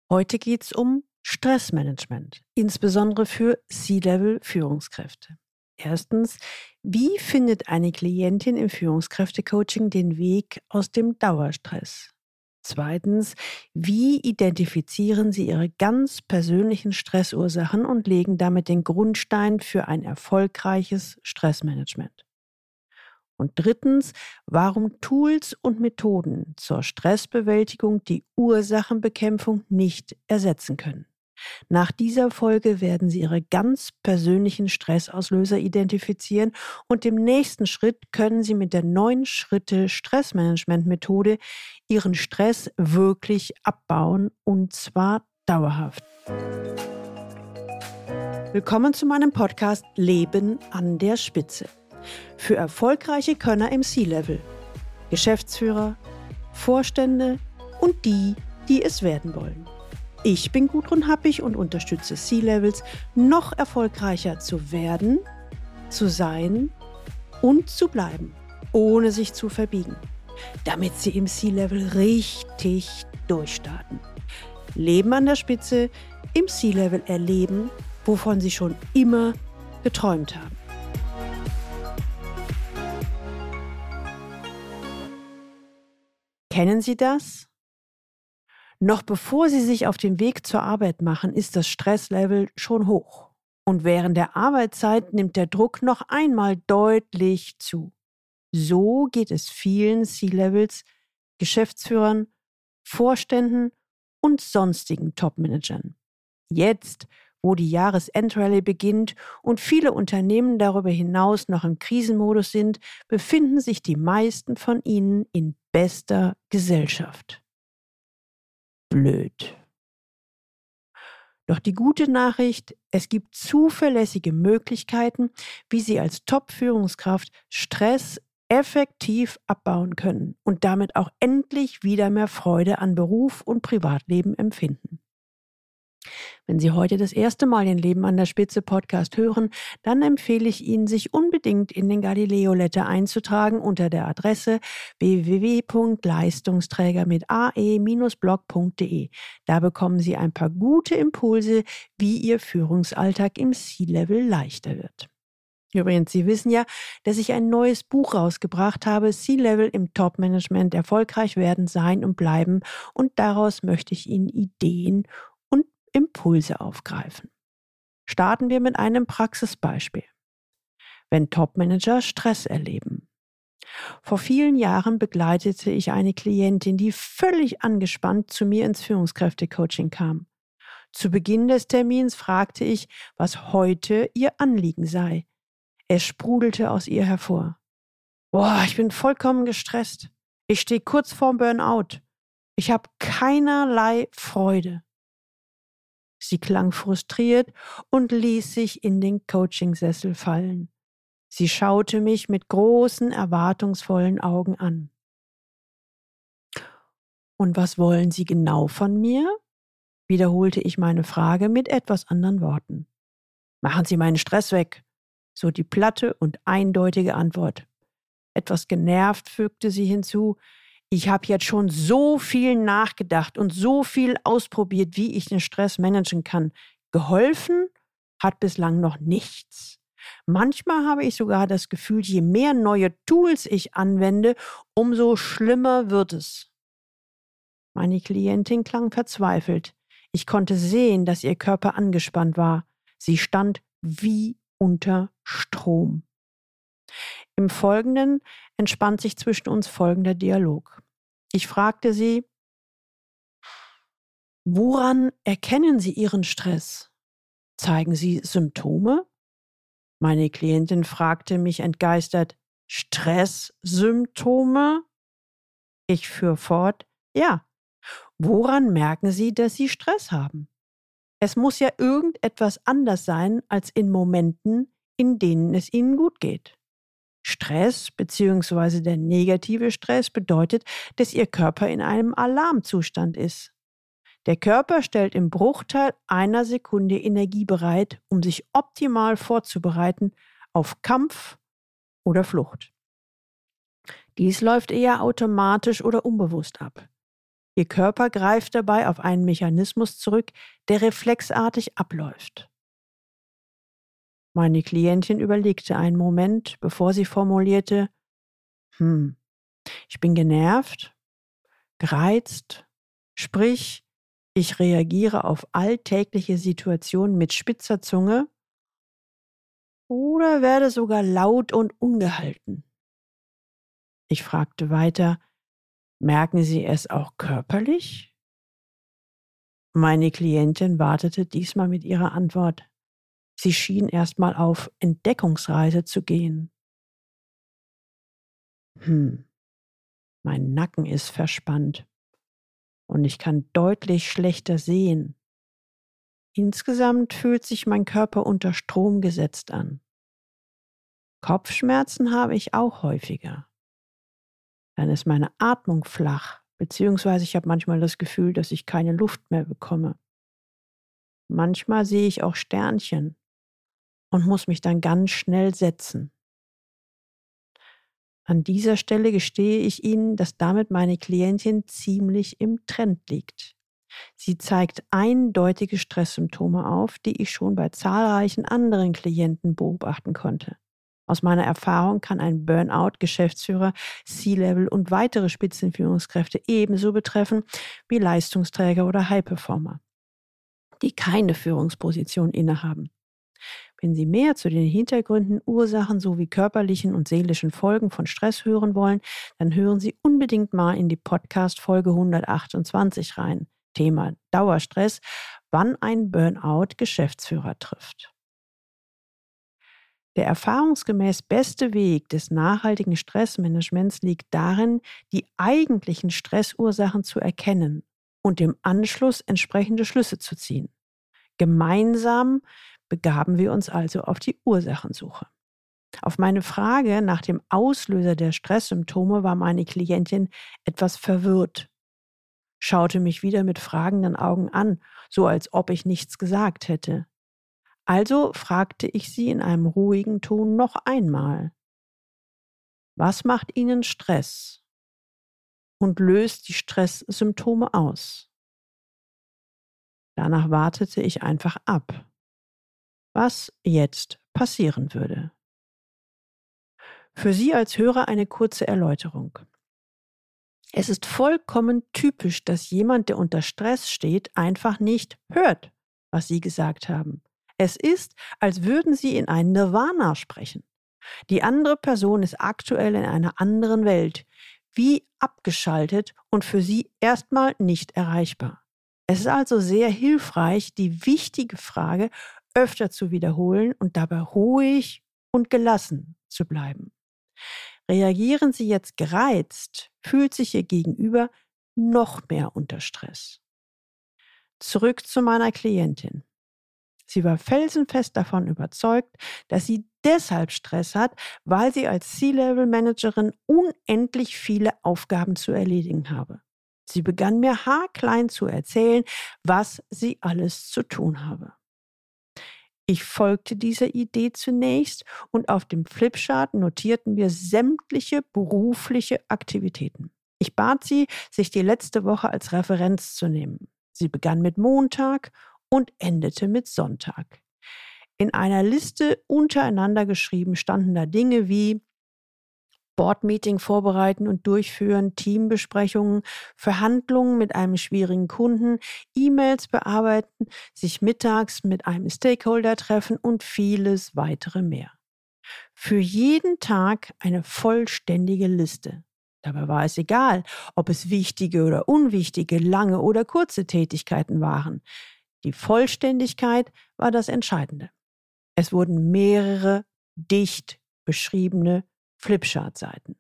Heute geht es um Stressmanagement, insbesondere für C-Level-Führungskräfte. Erstens, wie findet eine Klientin im Führungskräftecoaching den Weg aus dem Dauerstress? Zweitens, wie identifizieren Sie Ihre ganz persönlichen Stressursachen und legen damit den Grundstein für ein erfolgreiches Stressmanagement? Und drittens, warum Tools und Methoden zur Stressbewältigung die Ursachenbekämpfung nicht ersetzen können. Nach dieser Folge werden Sie Ihre ganz persönlichen Stressauslöser identifizieren und im nächsten Schritt können Sie mit der 9-Schritte-Stressmanagement-Methode Ihren Stress wirklich abbauen und zwar dauerhaft. Willkommen zu meinem Podcast Leben an der Spitze. Für erfolgreiche Könner im C-Level, Geschäftsführer, Vorstände und die, die es werden wollen. Ich bin Gudrun Happig und unterstütze C-Levels, noch erfolgreicher zu werden, zu sein und zu bleiben, ohne sich zu verbiegen, damit sie im C-Level richtig durchstarten. Leben an der Spitze, im C-Level erleben, wovon sie schon immer geträumt haben. Kennen Sie das? Noch bevor Sie sich auf den Weg zur Arbeit machen, ist das Stresslevel schon hoch. Und während der Arbeitszeit nimmt der Druck noch einmal deutlich zu. So geht es vielen C-Levels, Geschäftsführern, Vorständen und sonstigen Top-Managern. Jetzt, wo die Jahresendrallye beginnt und viele Unternehmen darüber hinaus noch im Krisenmodus sind, befinden sich die meisten von ihnen in bester Gesellschaft. Blöd. Doch die gute Nachricht, es gibt zuverlässige Möglichkeiten, wie Sie als Top-Führungskraft Stress effektiv abbauen können und damit auch endlich wieder mehr Freude an Beruf und Privatleben empfinden. Wenn Sie heute das erste Mal den Leben an der Spitze Podcast hören, dann empfehle ich Ihnen, sich unbedingt in den Galileo Letter einzutragen unter der Adresse www.leistungsträger mit ae-blog.de. Da bekommen Sie ein paar gute Impulse, wie Ihr Führungsalltag im C-Level leichter wird. Übrigens, Sie wissen ja, dass ich ein neues Buch rausgebracht habe, C-Level im Top-Management, erfolgreich werden, sein und bleiben. Und daraus möchte ich Ihnen Ideen und Impulse aufgreifen. Starten wir mit einem Praxisbeispiel. Wenn Topmanager Stress erleben. Vor vielen Jahren begleitete ich eine Klientin, die völlig angespannt zu mir ins Führungskräftecoaching kam. Zu Beginn des Termins fragte ich, was heute ihr Anliegen sei. Es sprudelte aus ihr hervor. Ich bin vollkommen gestresst. Ich stehe kurz vorm Burnout. Ich habe keinerlei Freude. Sie klang frustriert und ließ sich in den Coachingsessel fallen. Sie schaute mich mit großen, erwartungsvollen Augen an. Und was wollen Sie genau von mir? Wiederholte ich meine Frage mit etwas anderen Worten. Machen Sie meinen Stress weg, so die platte und eindeutige Antwort. Etwas genervt fügte sie hinzu, ich habe jetzt schon so viel nachgedacht und so viel ausprobiert, wie ich den Stress managen kann. Geholfen hat bislang noch nichts. Manchmal habe ich sogar das Gefühl, je mehr neue Tools ich anwende, umso schlimmer wird es. Meine Klientin klang verzweifelt. Ich konnte sehen, dass ihr Körper angespannt war. Sie stand wie unter Strom. Im Folgenden entspannt sich zwischen uns folgender Dialog. Ich fragte sie, woran erkennen Sie Ihren Stress? Zeigen Sie Symptome? Meine Klientin fragte mich entgeistert, Stresssymptome? Ich fuhr fort, ja. Woran merken Sie, dass Sie Stress haben? Es muss ja irgendetwas anders sein als in Momenten, in denen es Ihnen gut geht. Stress bzw. der negative Stress bedeutet, dass Ihr Körper in einem Alarmzustand ist. Der Körper stellt im Bruchteil einer Sekunde Energie bereit, um sich optimal vorzubereiten auf Kampf oder Flucht. Dies läuft eher automatisch oder unbewusst ab. Ihr Körper greift dabei auf einen Mechanismus zurück, der reflexartig abläuft. Meine Klientin überlegte einen Moment, bevor sie formulierte: Ich bin genervt, gereizt, sprich, ich reagiere auf alltägliche Situationen mit spitzer Zunge oder werde sogar laut und ungehalten. Ich fragte weiter: Merken Sie es auch körperlich? Meine Klientin wartete diesmal mit ihrer Antwort. Sie schien erstmal auf Entdeckungsreise zu gehen. Mein Nacken ist verspannt und ich kann deutlich schlechter sehen. Insgesamt fühlt sich mein Körper unter Strom gesetzt an. Kopfschmerzen habe ich auch häufiger. Dann ist meine Atmung flach, beziehungsweise ich habe manchmal das Gefühl, dass ich keine Luft mehr bekomme. Manchmal sehe ich auch Sternchen und muss mich dann ganz schnell setzen. An dieser Stelle gestehe ich Ihnen, dass damit meine Klientin ziemlich im Trend liegt. Sie zeigt eindeutige Stresssymptome auf, die ich schon bei zahlreichen anderen Klienten beobachten konnte. Aus meiner Erfahrung kann ein Burnout Geschäftsführer, C-Level und weitere Spitzenführungskräfte ebenso betreffen wie Leistungsträger oder High-Performer, die keine Führungsposition innehaben. Wenn Sie mehr zu den Hintergründen, Ursachen sowie körperlichen und seelischen Folgen von Stress hören wollen, dann hören Sie unbedingt mal in die Podcast-Folge 128 rein. Thema Dauerstress, wann ein Burnout Geschäftsführer trifft. Der erfahrungsgemäß beste Weg des nachhaltigen Stressmanagements liegt darin, die eigentlichen Stressursachen zu erkennen und im Anschluss entsprechende Schlüsse zu ziehen. Gemeinsam begaben wir uns also auf die Ursachensuche. Auf meine Frage nach dem Auslöser der Stresssymptome war meine Klientin etwas verwirrt, schaute mich wieder mit fragenden Augen an, so als ob ich nichts gesagt hätte. Also fragte ich sie in einem ruhigen Ton noch einmal: Was macht Ihnen Stress und löst die Stresssymptome aus? Danach wartete ich einfach ab, was jetzt passieren würde. Für Sie als Hörer eine kurze Erläuterung. Es ist vollkommen typisch, dass jemand, der unter Stress steht, einfach nicht hört, was Sie gesagt haben. Es ist, als würden Sie in ein Nirvana sprechen. Die andere Person ist aktuell in einer anderen Welt, wie abgeschaltet und für Sie erstmal nicht erreichbar. Es ist also sehr hilfreich, die wichtige Frage öfter zu wiederholen und dabei ruhig und gelassen zu bleiben. Reagieren Sie jetzt gereizt, fühlt sich Ihr Gegenüber noch mehr unter Stress. Zurück zu meiner Klientin. Sie war felsenfest davon überzeugt, dass sie deshalb Stress hat, weil sie als C-Level-Managerin unendlich viele Aufgaben zu erledigen habe. Sie begann mir haarklein zu erzählen, was sie alles zu tun habe. Ich folgte dieser Idee zunächst und auf dem Flipchart notierten wir sämtliche berufliche Aktivitäten. Ich bat sie, sich die letzte Woche als Referenz zu nehmen. Sie begann mit Montag und endete mit Sonntag. In einer Liste untereinander geschrieben standen da Dinge wie Boardmeeting vorbereiten und durchführen, Teambesprechungen, Verhandlungen mit einem schwierigen Kunden, E-Mails bearbeiten, sich mittags mit einem Stakeholder treffen und vieles weitere mehr. Für jeden Tag eine vollständige Liste. Dabei war es egal, ob es wichtige oder unwichtige, lange oder kurze Tätigkeiten waren. Die Vollständigkeit war das Entscheidende. Es wurden mehrere dicht beschriebene Flipchart-Seiten.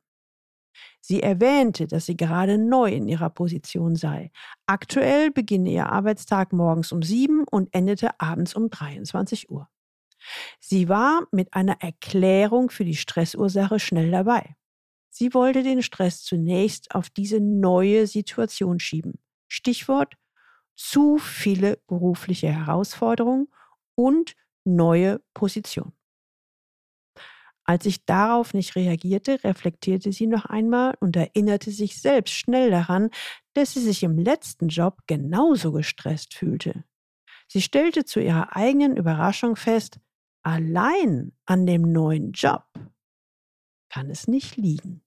Sie erwähnte, dass sie gerade neu in ihrer Position sei. Aktuell beginne ihr Arbeitstag morgens um 7 und endete abends um 23 Uhr. Sie war mit einer Erklärung für die Stressursache schnell dabei. Sie wollte den Stress zunächst auf diese neue Situation schieben. Stichwort: zu viele berufliche Herausforderungen und neue Position. Als ich darauf nicht reagierte, reflektierte sie noch einmal und erinnerte sich selbst schnell daran, dass sie sich im letzten Job genauso gestresst fühlte. Sie stellte zu ihrer eigenen Überraschung fest, allein an dem neuen Job kann es nicht liegen.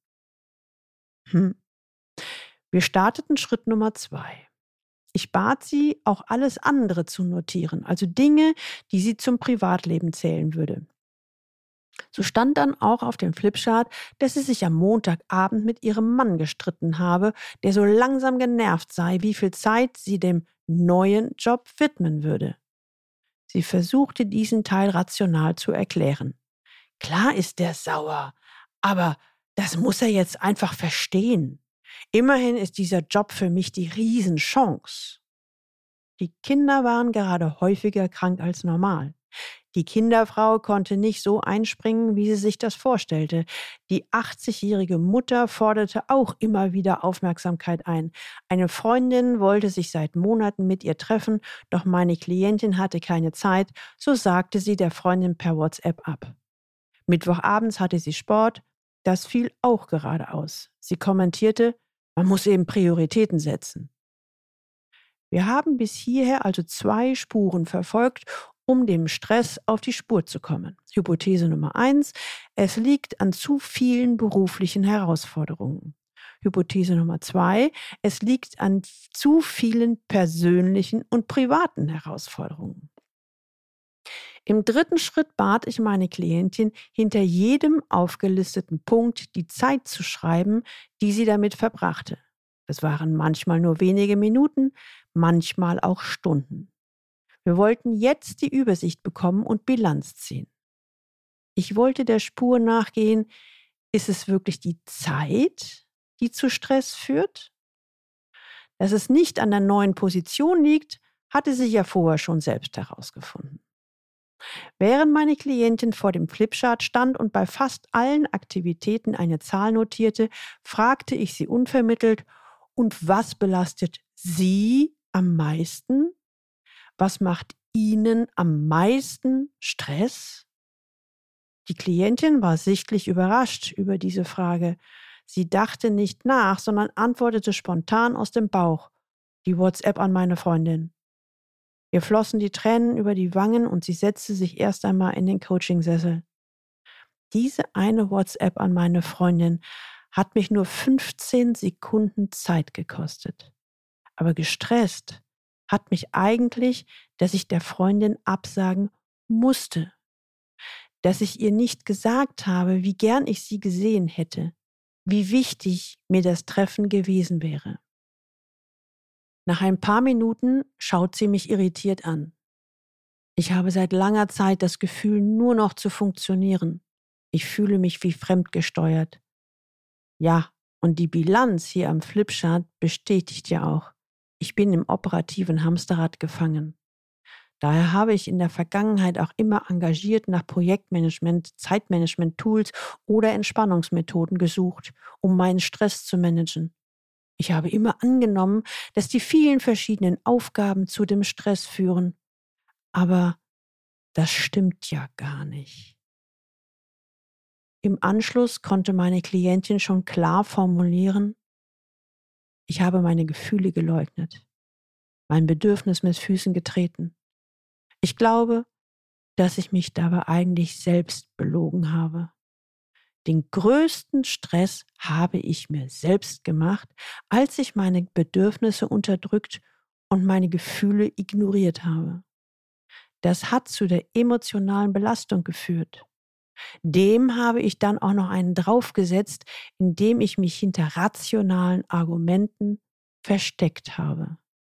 Wir starteten Schritt Nummer 2. Ich bat sie, auch alles andere zu notieren, also Dinge, die sie zum Privatleben zählen würde. So stand dann auch auf dem Flipchart, dass sie sich am Montagabend mit ihrem Mann gestritten habe, der so langsam genervt sei, wie viel Zeit sie dem neuen Job widmen würde. Sie versuchte, diesen Teil rational zu erklären. Klar ist der sauer, aber das muss er jetzt einfach verstehen. Immerhin ist dieser Job für mich die Riesenchance. Die Kinder waren gerade häufiger krank als normal. Die Kinderfrau konnte nicht so einspringen, wie sie sich das vorstellte. Die 80-jährige Mutter forderte auch immer wieder Aufmerksamkeit ein. Eine Freundin wollte sich seit Monaten mit ihr treffen, doch meine Klientin hatte keine Zeit, so sagte sie der Freundin per WhatsApp ab. Mittwochabends hatte sie Sport, das fiel auch gerade aus. Sie kommentierte, man muss eben Prioritäten setzen. Wir haben bis hierher also 2 Spuren verfolgt, um dem Stress auf die Spur zu kommen. Hypothese Nummer 1, es liegt an zu vielen beruflichen Herausforderungen. Hypothese Nummer 2, es liegt an zu vielen persönlichen und privaten Herausforderungen. Im 3. Schritt bat ich meine Klientin, hinter jedem aufgelisteten Punkt die Zeit zu schreiben, die sie damit verbrachte. Es waren manchmal nur wenige Minuten, manchmal auch Stunden. Wir wollten jetzt die Übersicht bekommen und Bilanz ziehen. Ich wollte der Spur nachgehen, ist es wirklich die Zeit, die zu Stress führt? Dass es nicht an der neuen Position liegt, hatte sie ja vorher schon selbst herausgefunden. Während meine Klientin vor dem Flipchart stand und bei fast allen Aktivitäten eine Zahl notierte, fragte ich sie unvermittelt, und was belastet Sie am meisten? Was macht Ihnen am meisten Stress? Die Klientin war sichtlich überrascht über diese Frage. Sie dachte nicht nach, sondern antwortete spontan aus dem Bauch. Die WhatsApp an meine Freundin. Ihr flossen die Tränen über die Wangen und sie setzte sich erst einmal in den Coachingsessel. Diese eine WhatsApp an meine Freundin hat mich nur 15 Sekunden Zeit gekostet. Aber gestresst hat mich eigentlich, dass ich der Freundin absagen musste. Dass ich ihr nicht gesagt habe, wie gern ich sie gesehen hätte, wie wichtig mir das Treffen gewesen wäre. Nach ein paar Minuten schaut sie mich irritiert an. Ich habe seit langer Zeit das Gefühl, nur noch zu funktionieren. Ich fühle mich wie fremdgesteuert. Ja, und die Bilanz hier am Flipchart bestätigt ja auch. Ich bin im operativen Hamsterrad gefangen. Daher habe ich in der Vergangenheit auch immer engagiert nach Projektmanagement, Zeitmanagement-Tools oder Entspannungsmethoden gesucht, um meinen Stress zu managen. Ich habe immer angenommen, dass die vielen verschiedenen Aufgaben zu dem Stress führen. Aber das stimmt ja gar nicht. Im Anschluss konnte meine Klientin schon klar formulieren, ich habe meine Gefühle geleugnet, mein Bedürfnis mit Füßen getreten. Ich glaube, dass ich mich dabei eigentlich selbst belogen habe. Den größten Stress habe ich mir selbst gemacht, als ich meine Bedürfnisse unterdrückt und meine Gefühle ignoriert habe. Das hat zu der emotionalen Belastung geführt. Dem habe ich dann auch noch einen draufgesetzt, indem ich mich hinter rationalen Argumenten versteckt habe.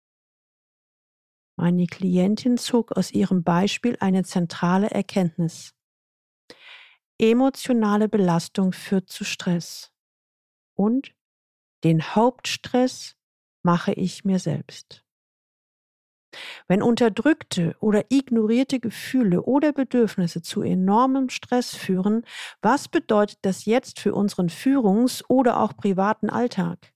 Meine Klientin zog aus ihrem Beispiel eine zentrale Erkenntnis. Emotionale Belastung führt zu Stress. Und den Hauptstress mache ich mir selbst. Wenn unterdrückte oder ignorierte Gefühle oder Bedürfnisse zu enormem Stress führen, was bedeutet das jetzt für unseren Führungs- oder auch privaten Alltag?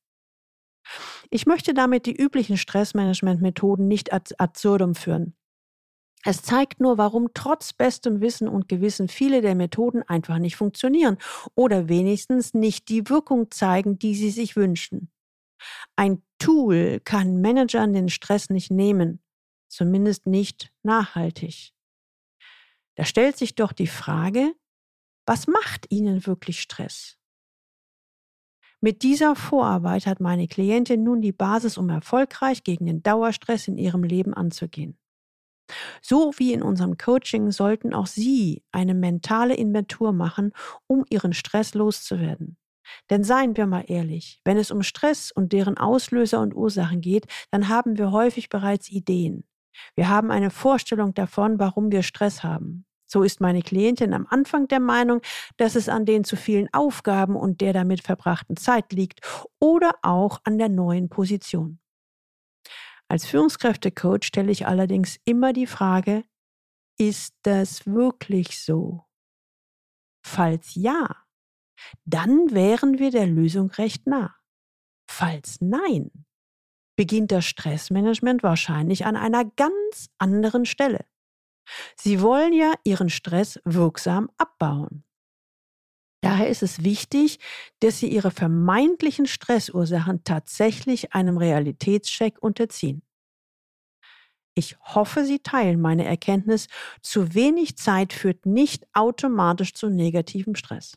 Ich möchte damit die üblichen Stressmanagement-Methoden nicht ad absurdum führen. Es zeigt nur, warum trotz bestem Wissen und Gewissen viele der Methoden einfach nicht funktionieren oder wenigstens nicht die Wirkung zeigen, die sie sich wünschen. Ein Tool kann Managern den Stress nicht nehmen, zumindest nicht nachhaltig. Da stellt sich doch die Frage, was macht Ihnen wirklich Stress? Mit dieser Vorarbeit hat meine Klientin nun die Basis, um erfolgreich gegen den Dauerstress in ihrem Leben anzugehen. So wie in unserem Coaching sollten auch Sie eine mentale Inventur machen, um Ihren Stress loszuwerden. Denn seien wir mal ehrlich, wenn es um Stress und deren Auslöser und Ursachen geht, dann haben wir häufig bereits Ideen. Wir haben eine Vorstellung davon, warum wir Stress haben. So ist meine Klientin am Anfang der Meinung, dass es an den zu vielen Aufgaben und der damit verbrachten Zeit liegt oder auch an der neuen Position. Als Führungskräftecoach stelle ich allerdings immer die Frage, ist das wirklich so? Falls ja, dann wären wir der Lösung recht nah. Falls nein, beginnt das Stressmanagement wahrscheinlich an einer ganz anderen Stelle. Sie wollen ja Ihren Stress wirksam abbauen. Daher ist es wichtig, dass Sie Ihre vermeintlichen Stressursachen tatsächlich einem Realitätscheck unterziehen. Ich hoffe, Sie teilen meine Erkenntnis, zu wenig Zeit führt nicht automatisch zu negativem Stress.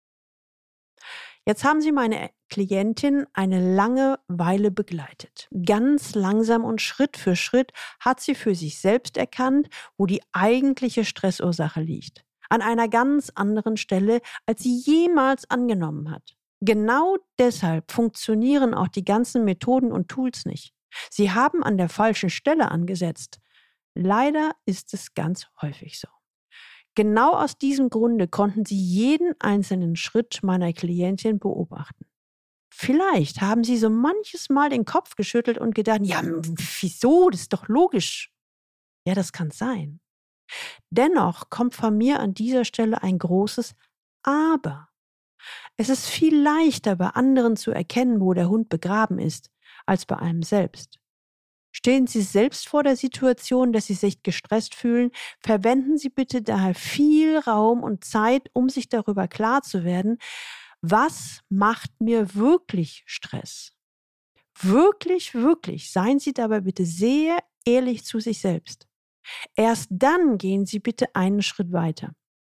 Jetzt haben Sie meine Klientin eine lange Weile begleitet. Ganz langsam und Schritt für Schritt hat sie für sich selbst erkannt, wo die eigentliche Stressursache liegt. An einer ganz anderen Stelle, als sie jemals angenommen hat. Genau deshalb funktionieren auch die ganzen Methoden und Tools nicht. Sie haben an der falschen Stelle angesetzt. Leider ist es ganz häufig so. Genau aus diesem Grunde konnten Sie jeden einzelnen Schritt meiner Klientin beobachten. Vielleicht haben Sie so manches Mal den Kopf geschüttelt und gedacht, ja, wieso? Das ist doch logisch. Ja, das kann sein. Dennoch kommt von mir an dieser Stelle ein großes Aber. Es ist viel leichter, bei anderen zu erkennen, wo der Hund begraben ist, als bei einem selbst. Stehen Sie selbst vor der Situation, dass Sie sich gestresst fühlen, verwenden Sie bitte daher viel Raum und Zeit, um sich darüber klar zu werden, was macht mir wirklich Stress? Wirklich, wirklich, seien Sie dabei bitte sehr ehrlich zu sich selbst. Erst dann gehen Sie bitte einen Schritt weiter.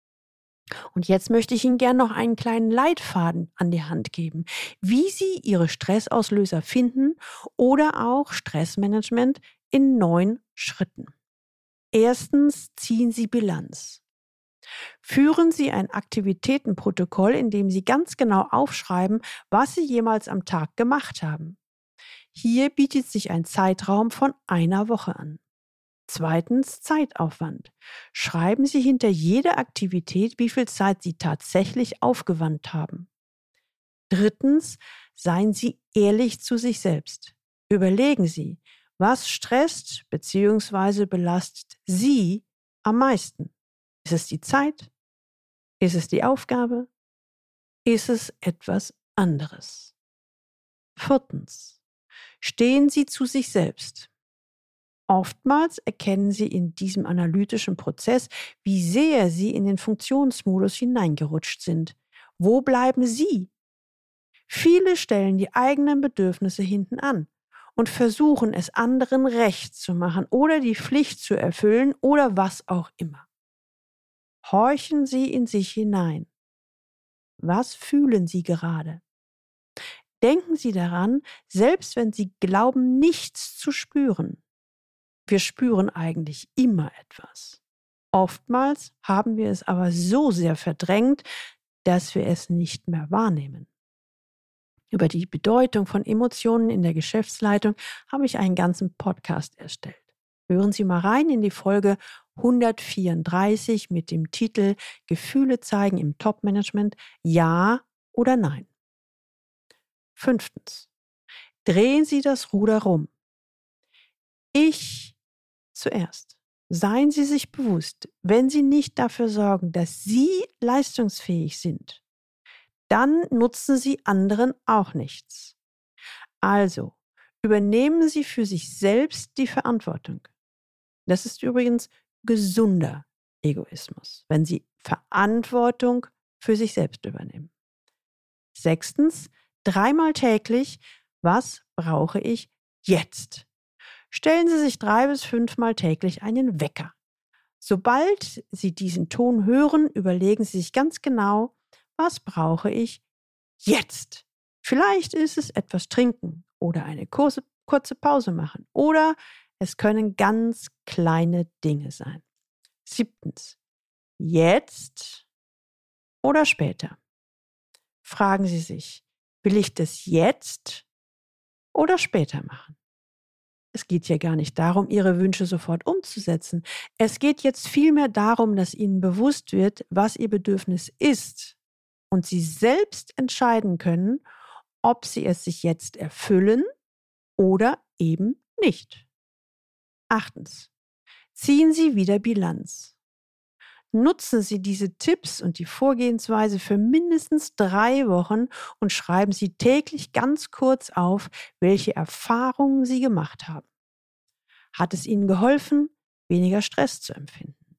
Und jetzt möchte ich Ihnen gerne noch einen kleinen Leitfaden an die Hand geben, wie Sie Ihre Stressauslöser finden oder auch Stressmanagement in 9 Schritten. Erstens ziehen Sie Bilanz. Führen Sie ein Aktivitätenprotokoll, in dem Sie ganz genau aufschreiben, was Sie jemals am Tag gemacht haben. Hier bietet sich ein Zeitraum von einer Woche an. Zweitens Zeitaufwand. Schreiben Sie hinter jede Aktivität, wie viel Zeit Sie tatsächlich aufgewandt haben. Drittens, seien Sie ehrlich zu sich selbst. Überlegen Sie, was stresst bzw. belastet Sie am meisten? Ist es die Zeit? Ist es die Aufgabe? Ist es etwas anderes? Viertens, stehen Sie zu sich selbst. Oftmals erkennen Sie in diesem analytischen Prozess, wie sehr Sie in den Funktionsmodus hineingerutscht sind. Wo bleiben Sie? Viele stellen die eigenen Bedürfnisse hinten an und versuchen es anderen recht zu machen oder die Pflicht zu erfüllen oder was auch immer. Horchen Sie in sich hinein. Was fühlen Sie gerade? Denken Sie daran, selbst wenn Sie glauben, nichts zu spüren. Wir spüren eigentlich immer etwas. Oftmals haben wir es aber so sehr verdrängt, dass wir es nicht mehr wahrnehmen. Über die Bedeutung von Emotionen in der Geschäftsleitung habe ich einen ganzen Podcast erstellt. Hören Sie mal rein in die Folge 134 mit dem Titel Gefühle zeigen im Top-Management, ja oder nein. Fünftens. Drehen Sie das Ruder rum. Ich zuerst. Seien Sie sich bewusst, wenn Sie nicht dafür sorgen, dass Sie leistungsfähig sind, dann nutzen Sie anderen auch nichts. Also, übernehmen Sie für sich selbst die Verantwortung. Das ist übrigens gesunder Egoismus, wenn Sie Verantwortung für sich selbst übernehmen. 6. 3-mal täglich, was brauche ich jetzt? Stellen Sie sich 3 bis 5-mal täglich einen Wecker. Sobald Sie diesen Ton hören, überlegen Sie sich ganz genau, was brauche ich jetzt? Vielleicht ist es etwas trinken oder eine kurze Pause machen oder es können ganz kleine Dinge sein. 7. Jetzt oder später? Fragen Sie sich, will ich das jetzt oder später machen? Es geht hier gar nicht darum, Ihre Wünsche sofort umzusetzen. Es geht jetzt vielmehr darum, dass Ihnen bewusst wird, was Ihr Bedürfnis ist und Sie selbst entscheiden können, ob Sie es sich jetzt erfüllen oder eben nicht. 8. Ziehen Sie wieder Bilanz. Nutzen Sie diese Tipps und die Vorgehensweise für mindestens 3 Wochen und schreiben Sie täglich ganz kurz auf, welche Erfahrungen Sie gemacht haben. Hat es Ihnen geholfen, weniger Stress zu empfinden?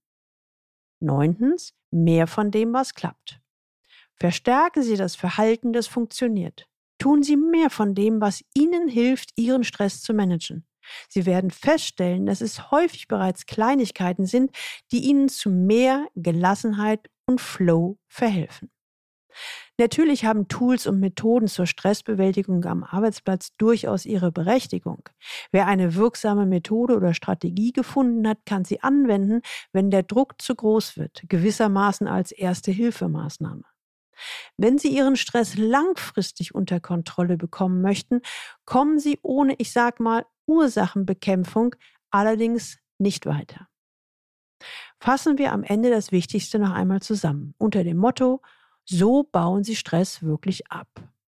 9. Mehr von dem, was klappt. Verstärken Sie das Verhalten, das funktioniert. Tun Sie mehr von dem, was Ihnen hilft, Ihren Stress zu managen. Sie werden feststellen, dass es häufig bereits Kleinigkeiten sind, die Ihnen zu mehr Gelassenheit und Flow verhelfen. Natürlich haben Tools und Methoden zur Stressbewältigung am Arbeitsplatz durchaus ihre Berechtigung. Wer eine wirksame Methode oder Strategie gefunden hat, kann sie anwenden, wenn der Druck zu groß wird, gewissermaßen als Erste-Hilfe-Maßnahme. Wenn Sie Ihren Stress langfristig unter Kontrolle bekommen möchten, kommen Sie ohne, ich sag mal, Ursachenbekämpfung allerdings nicht weiter. Fassen wir am Ende das Wichtigste noch einmal zusammen, unter dem Motto: So bauen Sie Stress wirklich ab.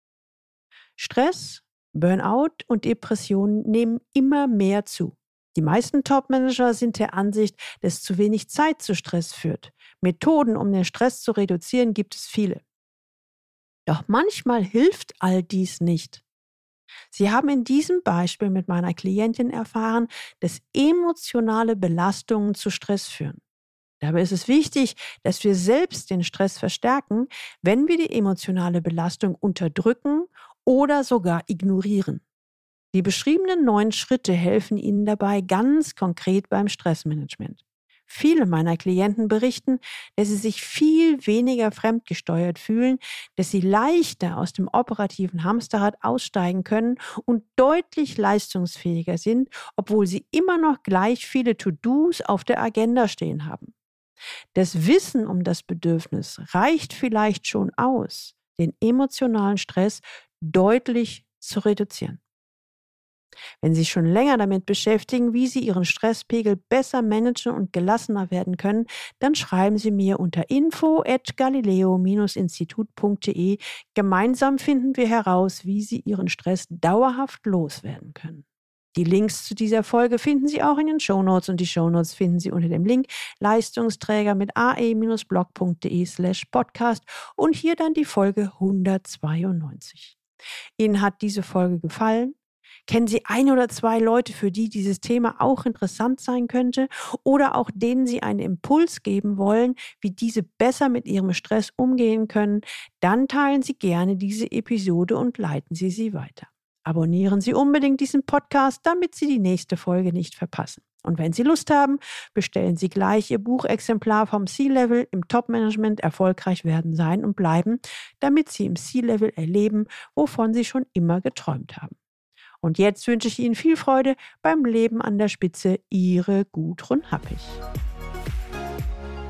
Stress, Burnout und Depressionen nehmen immer mehr zu. Die meisten Top-Manager sind der Ansicht, dass zu wenig Zeit zu Stress führt. Methoden, um den Stress zu reduzieren, gibt es viele. Doch manchmal hilft all dies nicht. Sie haben in diesem Beispiel mit meiner Klientin erfahren, dass emotionale Belastungen zu Stress führen. Dabei ist es wichtig, dass wir selbst den Stress verstärken, wenn wir die emotionale Belastung unterdrücken oder sogar ignorieren. Die beschriebenen 9 Schritte helfen Ihnen dabei ganz konkret beim Stressmanagement. Viele meiner Klienten berichten, dass sie sich viel weniger fremdgesteuert fühlen, dass sie leichter aus dem operativen Hamsterrad aussteigen können und deutlich leistungsfähiger sind, obwohl sie immer noch gleich viele To-Dos auf der Agenda stehen haben. Das Wissen um das Bedürfnis reicht vielleicht schon aus, den emotionalen Stress deutlich zu reduzieren. Wenn Sie sich schon länger damit beschäftigen, wie Sie Ihren Stresspegel besser managen und gelassener werden können, dann schreiben Sie mir unter info@galileo-institut.de. Gemeinsam finden wir heraus, wie Sie Ihren Stress dauerhaft loswerden können. Die Links zu dieser Folge finden Sie auch in den Shownotes und die Shownotes finden Sie unter dem Link Leistungsträger mit ae-blog.de/podcast und hier dann die Folge 192. Ihnen hat diese Folge gefallen? Kennen Sie 1 oder 2 Leute, für die dieses Thema auch interessant sein könnte oder auch denen Sie einen Impuls geben wollen, wie diese besser mit ihrem Stress umgehen können? Dann teilen Sie gerne diese Episode und leiten Sie sie weiter. Abonnieren Sie unbedingt diesen Podcast, damit Sie die nächste Folge nicht verpassen. Und wenn Sie Lust haben, bestellen Sie gleich Ihr Buchexemplar vom C-Level im Top-Management erfolgreich werden, sein und bleiben, damit Sie im C-Level erleben, wovon Sie schon immer geträumt haben. Und jetzt wünsche ich Ihnen viel Freude beim Leben an der Spitze. Ihre Gudrun Happig.